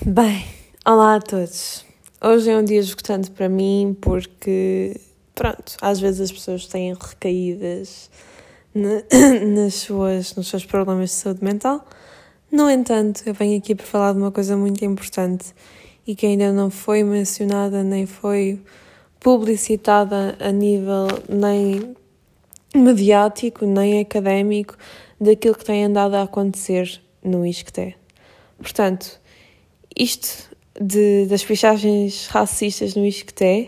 Bem, olá a todos. Hoje é um dia esgotante para mim porque, às vezes as pessoas têm recaídas nos seus problemas de saúde mental. No entanto, eu venho aqui para falar de uma coisa muito importante e que ainda não foi mencionada nem foi publicitada a nível nem mediático nem académico daquilo que tem andado a acontecer no ISCTE. Portanto, isto das fichagens racistas no ISCTE,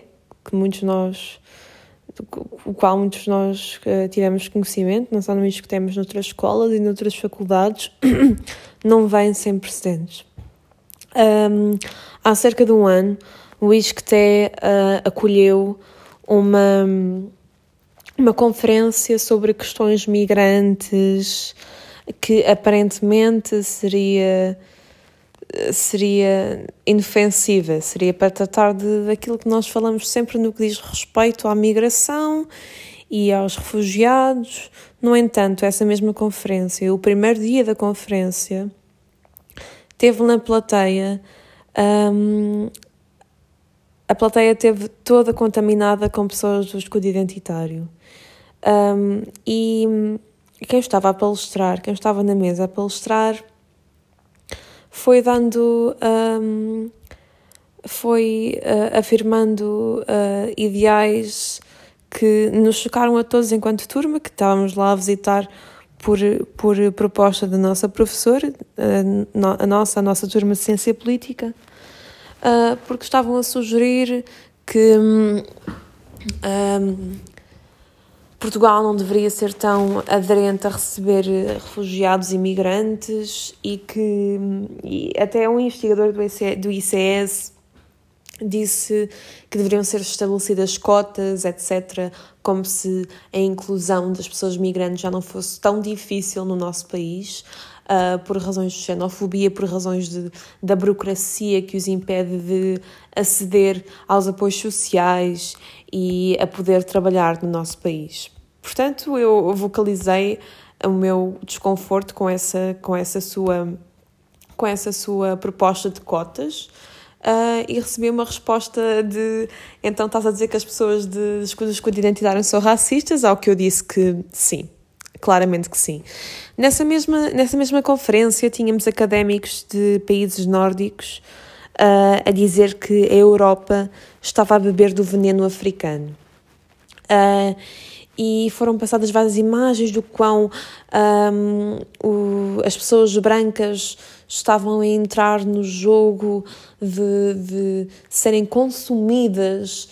o qual muitos de nós tivemos conhecimento, não só no ISCTE, mas noutras escolas e noutras faculdades, não vem sem precedentes. Há cerca de um ano, o ISCTE acolheu uma conferência sobre questões migrantes que aparentemente seria inofensiva, seria para tratar daquilo que nós falamos sempre no que diz respeito à migração e aos refugiados. No entanto, essa mesma conferência, o primeiro dia da conferência, teve na plateia, a plateia teve toda contaminada com pessoas do escudo identitário. E quem estava a palestrar, quem estava na mesa a palestrar, foi afirmando ideais que nos chocaram a todos enquanto turma, que estávamos lá a visitar por proposta da nossa professora, a nossa turma de Ciência Política, porque estavam a sugerir que Portugal não deveria ser tão aderente a receber refugiados e imigrantes e até um investigador do ICS disse que deveriam ser estabelecidas cotas, etc., como se a inclusão das pessoas migrantes já não fosse tão difícil no nosso país, por razões de xenofobia, por razões da burocracia que os impede de aceder aos apoios sociais e a poder trabalhar no nosso país. Portanto, eu vocalizei o meu desconforto com essa sua proposta de cotas e recebi uma resposta então estás a dizer que as pessoas do escudo identitário são racistas? Ao que eu disse que sim, claramente que sim. Nessa mesma conferência tínhamos académicos de países nórdicos a dizer que a Europa estava a beber do veneno africano. E foram passadas várias imagens do quão as pessoas brancas estavam a entrar no jogo de serem consumidas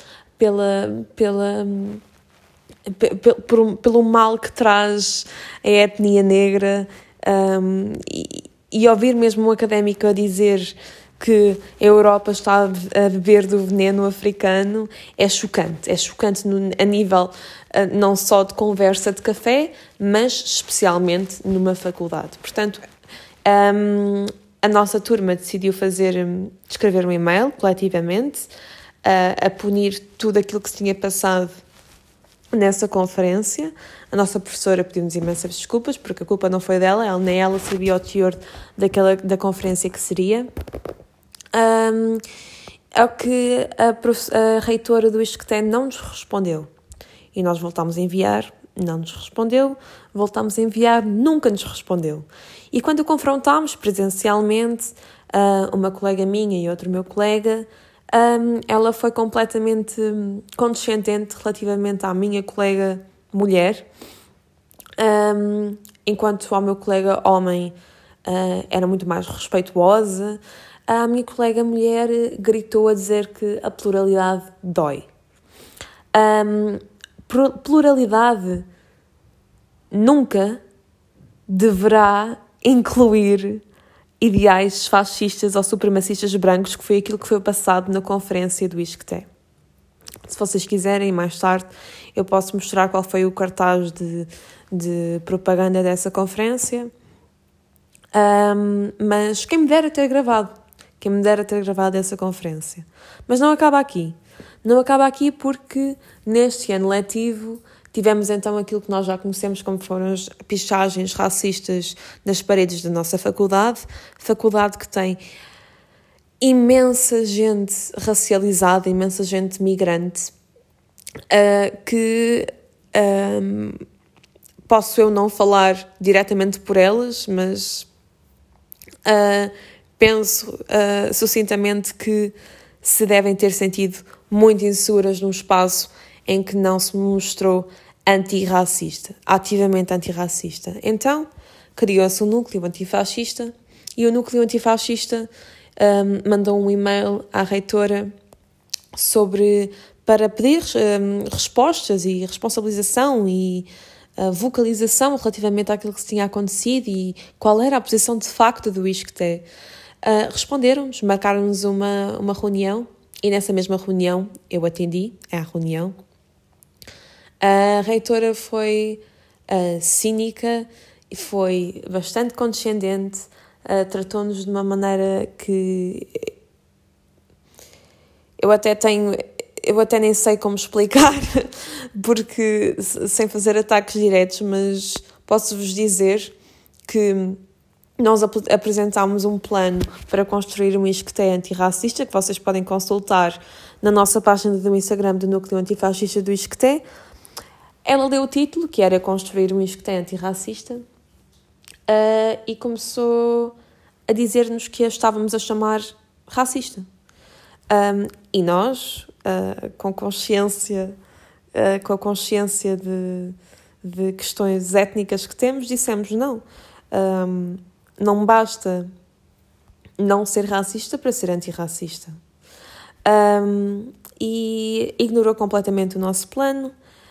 pelo mal que traz a etnia negra, e ouvir mesmo um académico a dizer que a Europa está a beber do veneno africano é chocante a nível não só de conversa de café, mas especialmente numa faculdade. Portanto, a nossa turma decidiu escrever um e-mail coletivamente a punir tudo aquilo que se tinha passado nessa conferência. A nossa professora pediu-nos imensas desculpas, porque a culpa não foi dela, nem ela sabia o teor da conferência que seria. É o que a reitora do ISCTE não nos respondeu. E nós voltámos a enviar, não nos respondeu, voltámos a enviar, nunca nos respondeu. E quando o confrontámos presencialmente, uma colega minha e outro meu colega, ela foi completamente condescendente relativamente à minha colega mulher, enquanto ao meu colega homem era muito mais respeituosa. A minha colega mulher gritou a dizer que a pluralidade dói. Pluralidade nunca deverá incluir ideais fascistas ou supremacistas brancos, que foi aquilo que foi passado na conferência do ISCTE. Se vocês quiserem, mais tarde, eu posso mostrar qual foi o cartaz de propaganda dessa conferência. Mas quem me dera ter gravado essa conferência. Mas não acaba aqui. Não acaba aqui porque neste ano letivo tivemos então aquilo que nós já conhecemos como foram as pichagens racistas nas paredes da nossa faculdade que tem imensa gente racializada, imensa gente migrante, que posso eu não falar diretamente por elas, mas penso sucintamente que se devem ter sentido muito inseguras num espaço em que não se mostrou antirracista, ativamente antirracista. Então, criou-se um núcleo antifascista e o núcleo antifascista mandou um e-mail à reitora para pedir respostas e responsabilização e vocalização relativamente àquilo que se tinha acontecido e qual era a posição de facto do ISCTE. Responderam-nos, marcaram-nos uma reunião e nessa mesma reunião eu atendi à reunião. A reitora foi cínica e foi bastante condescendente, tratou-nos de uma maneira que eu até nem sei como explicar, porque sem fazer ataques diretos, mas posso-vos dizer que nós apresentámos um plano para construir um ISCTE antirracista, que vocês podem consultar na nossa página do Instagram do Núcleo Antifascista do ISCTE. Ela deu o título, que era construir um ISCTE antirracista, e começou a dizer-nos que a estávamos a chamar racista. E nós, com a consciência de questões étnicas que temos, dissemos não. Não basta não ser racista para ser antirracista. E ignorou completamente o nosso plano.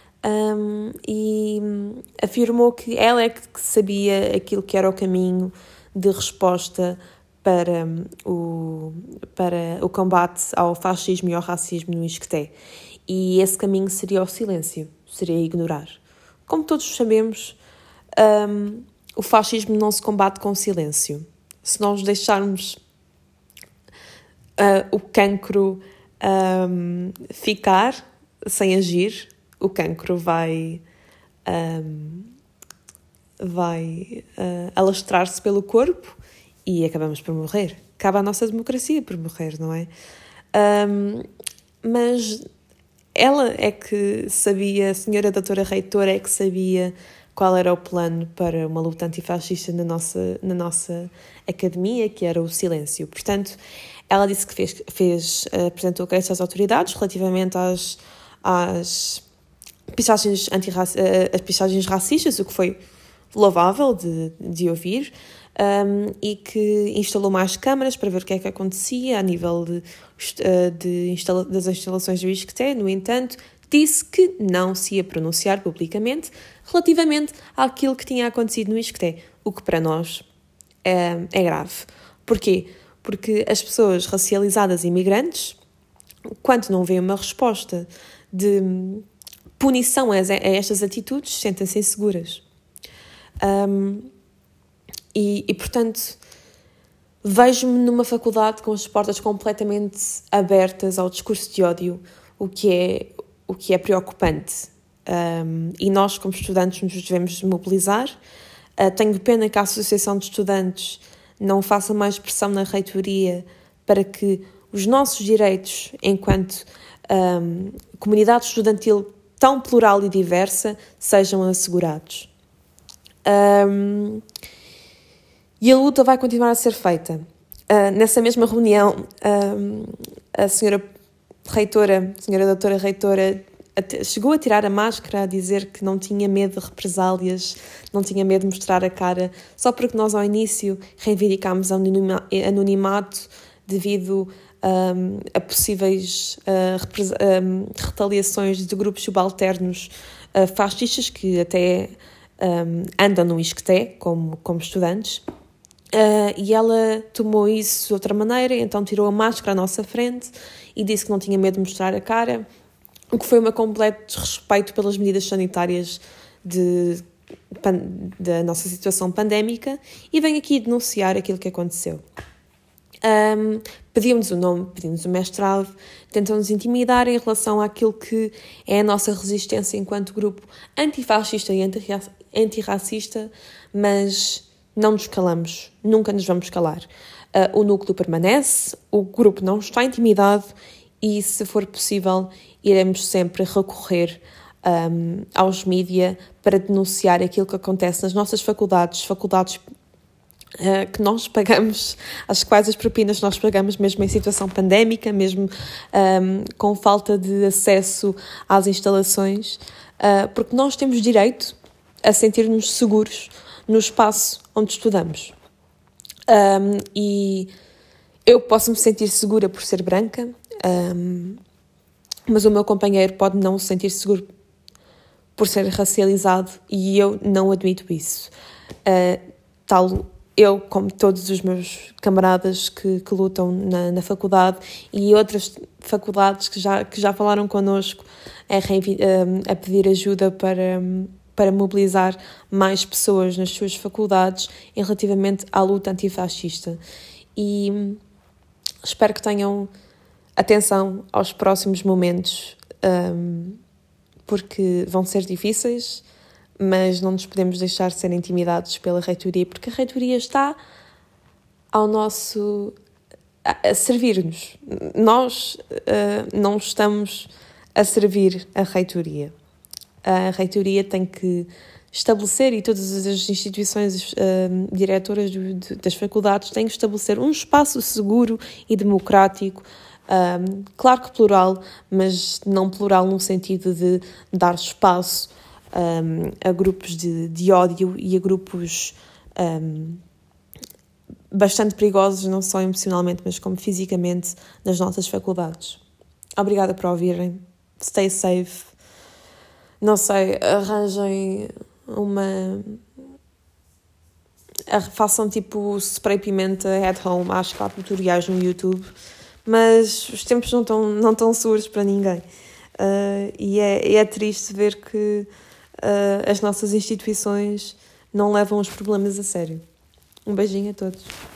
E afirmou que ela é que sabia aquilo que era o caminho de resposta para o combate ao fascismo e ao racismo no ISCTE. E esse caminho seria o silêncio, seria ignorar. Como todos sabemos, o fascismo não se combate com silêncio. Se nós deixarmos o cancro ficar sem agir, o cancro vai alastrar-se pelo corpo e acabamos por morrer. Cabe à nossa democracia por morrer, não é? Mas ela é que sabia, a senhora doutora reitora é que sabia qual era o plano para uma luta antifascista na nossa academia, que era o silêncio. Portanto, ela disse que apresentou queixas às autoridades relativamente às pistagens racistas, o que foi louvável de ouvir, e que instalou mais câmaras para ver o que é que acontecia a nível das instalações do ISCTE. No entanto, disse que não se ia pronunciar publicamente relativamente àquilo que tinha acontecido no ISCTE, o que para nós é grave. Porquê? Porque as pessoas racializadas e imigrantes, quando não vêem uma resposta de punição a estas atitudes, sentem-se inseguras. E, portanto, vejo-me numa faculdade com as portas completamente abertas ao discurso de ódio, o que é preocupante. E nós, como estudantes, nos devemos mobilizar. Tenho pena que a Associação de Estudantes não faça mais pressão na reitoria para que os nossos direitos, enquanto comunidade estudantil tão plural e diversa, sejam assegurados. E a luta vai continuar a ser feita. Nessa mesma reunião, a senhora doutora reitora, chegou a tirar a máscara, a dizer que não tinha medo de represálias, não tinha medo de mostrar a cara, só porque nós ao início reivindicámos anonimato devido a possíveis retaliações de grupos subalternos fascistas que até andam no ISCTE como estudantes. E ela tomou isso de outra maneira, então tirou a máscara à nossa frente e disse que não tinha medo de mostrar a cara, o que foi um completo desrespeito pelas medidas sanitárias da nossa situação pandémica, e venho aqui denunciar aquilo que aconteceu. Pediam-nos o nome, pediam-nos o mestrado, tentam-nos intimidar em relação àquilo que é a nossa resistência enquanto grupo antifascista e antirracista, mas não nos calamos, nunca nos vamos calar. o núcleo permanece, o grupo não está intimidado e, se for possível, iremos sempre recorrer aos mídia para denunciar aquilo que acontece nas nossas faculdades que nós pagamos, às quais as propinas nós pagamos mesmo em situação pandémica, mesmo com falta de acesso às instalações, porque nós temos direito a sentir-nos seguros no espaço onde estudamos. E eu posso me sentir segura por ser branca, mas o meu companheiro pode não se sentir seguro por ser racializado e eu não admito isso. Eu, como todos os meus camaradas que lutam na faculdade e outras faculdades que já falaram connosco a pedir ajuda para mobilizar mais pessoas nas suas faculdades em relativamente à luta antifascista. E espero que tenham atenção aos próximos momentos, porque vão ser difíceis, mas não nos podemos deixar ser intimidados pela reitoria, porque a reitoria está a servir-nos. Nós não estamos a servir a reitoria. A reitoria tem que estabelecer, e todas as instituições diretoras das faculdades têm que estabelecer um espaço seguro e democrático, claro que plural, mas não plural no sentido de dar espaço a grupos de ódio e a grupos bastante perigosos, não só emocionalmente, mas como fisicamente, nas nossas faculdades. Obrigada por ouvirem. Stay safe. Não sei, arranjem façam tipo spray pimenta at home. Acho que há tutoriais no YouTube, mas os tempos não tão seguros para ninguém. E é triste ver que as nossas instituições não levam os problemas a sério. Um beijinho a todos.